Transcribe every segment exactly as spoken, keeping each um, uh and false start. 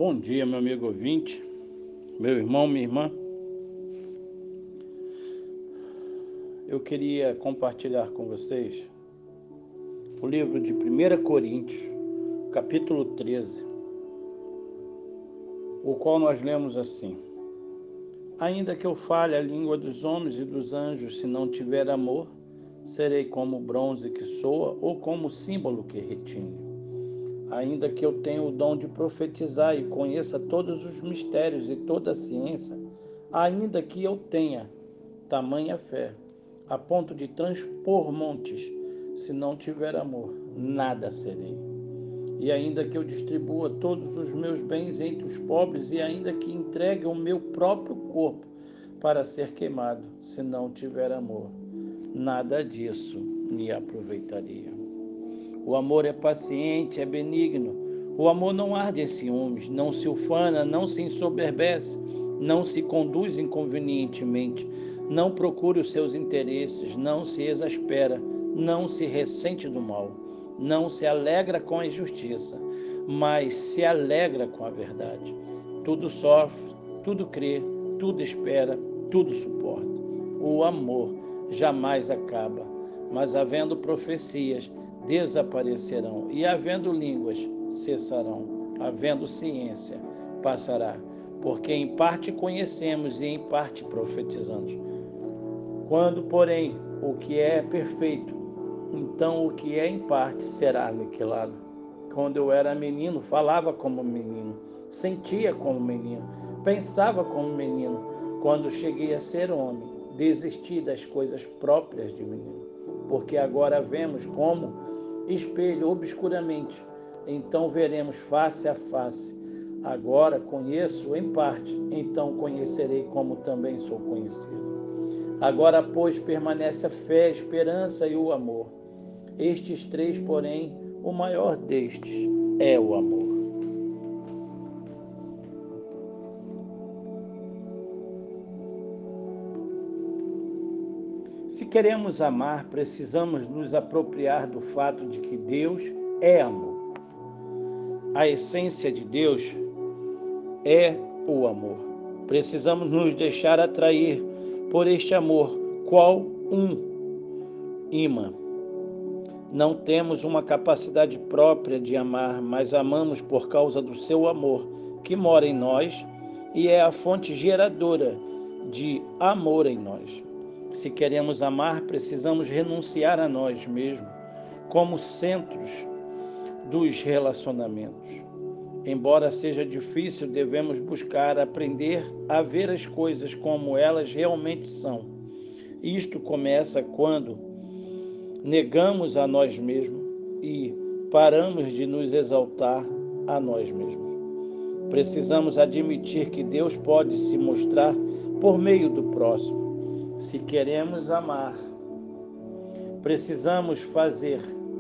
Bom dia, meu amigo ouvinte, meu irmão, minha irmã. Eu queria compartilhar com vocês o livro de primeira Coríntios, capítulo treze, o qual nós lemos assim: Ainda que eu fale a língua dos homens e dos anjos, se não tiver amor, serei como o bronze que soa ou como o símbolo que retine. Ainda que eu tenha o dom de profetizar e conheça todos os mistérios e toda a ciência, ainda que eu tenha tamanha fé, a ponto de transpor montes, se não tiver amor, nada serei. E ainda que eu distribua todos os meus bens entre os pobres, e ainda que entregue o meu próprio corpo para ser queimado, se não tiver amor, nada disso me aproveitaria. O amor é paciente, é benigno. O amor não arde em ciúmes, não se ufana, não se ensoberbece, não se conduz inconvenientemente, não procura os seus interesses, não se exaspera, não se ressente do mal, não se alegra com a injustiça, mas se alegra com a verdade. Tudo sofre, tudo crê, tudo espera, tudo suporta. O amor jamais acaba, mas havendo profecias, desaparecerão, e havendo línguas, cessarão, havendo ciência, passará, porque em parte conhecemos e em parte profetizamos. Quando, porém, o que é perfeito, então o que é em parte será aniquilado. Quando eu era menino, falava como menino, sentia como menino, pensava como menino. Quando cheguei a ser homem, desisti das coisas próprias de menino, porque agora vemos como espelho obscuramente, então veremos face a face. Agora conheço em parte, então conhecerei como também sou conhecido. Agora, pois, permanece a fé, a esperança e o amor. Estes três, porém, o maior destes é o amor. Se queremos amar, precisamos nos apropriar do fato de que Deus é amor. A essência de Deus é o amor. Precisamos nos deixar atrair por este amor, qual um imã. Não temos uma capacidade própria de amar, mas amamos por causa do seu amor, que mora em nós e é a fonte geradora de amor em nós. Se queremos amar, precisamos renunciar a nós mesmos como centros dos relacionamentos. Embora seja difícil, devemos buscar aprender a ver as coisas como elas realmente são. Isto começa quando negamos a nós mesmos e paramos de nos exaltar a nós mesmos. Precisamos admitir que Deus pode se mostrar por meio do próximo. Se queremos amar, precisamos fazer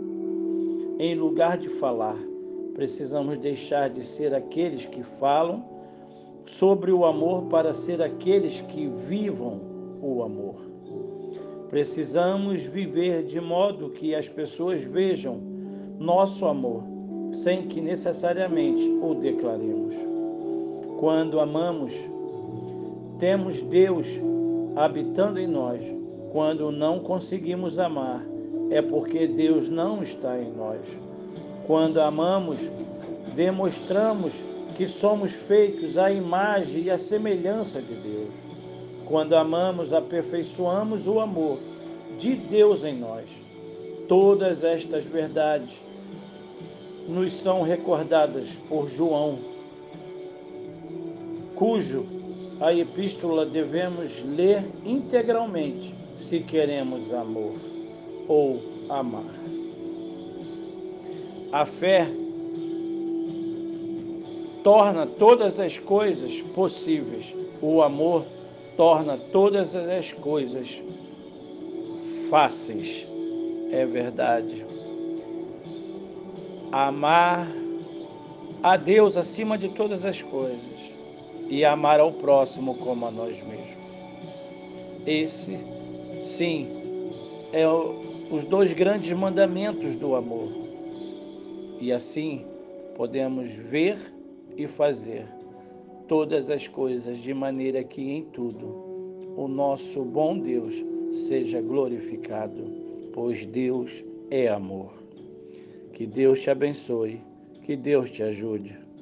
em lugar de falar. Precisamos deixar de ser aqueles que falam sobre o amor para ser aqueles que vivam o amor. Precisamos viver de modo que as pessoas vejam nosso amor, sem que necessariamente o declaremos. Quando amamos, temos Deus habitando em nós. Quando não conseguimos amar, é porque Deus não está em nós. Quando amamos, demonstramos que somos feitos à imagem e à semelhança de Deus. Quando amamos, aperfeiçoamos o amor de Deus em nós. Todas estas verdades nos são recordadas por João, cujo a epístola devemos ler integralmente se queremos amor ou amar. A fé torna todas as coisas possíveis. O amor torna todas as coisas fáceis. É verdade. Amar a Deus acima de todas as coisas e amar ao próximo como a nós mesmos. Esse, sim, é o, os dois grandes mandamentos do amor. E assim podemos ver e fazer todas as coisas de maneira que em tudo o nosso bom Deus seja glorificado, pois Deus é amor. Que Deus te abençoe, que Deus te ajude.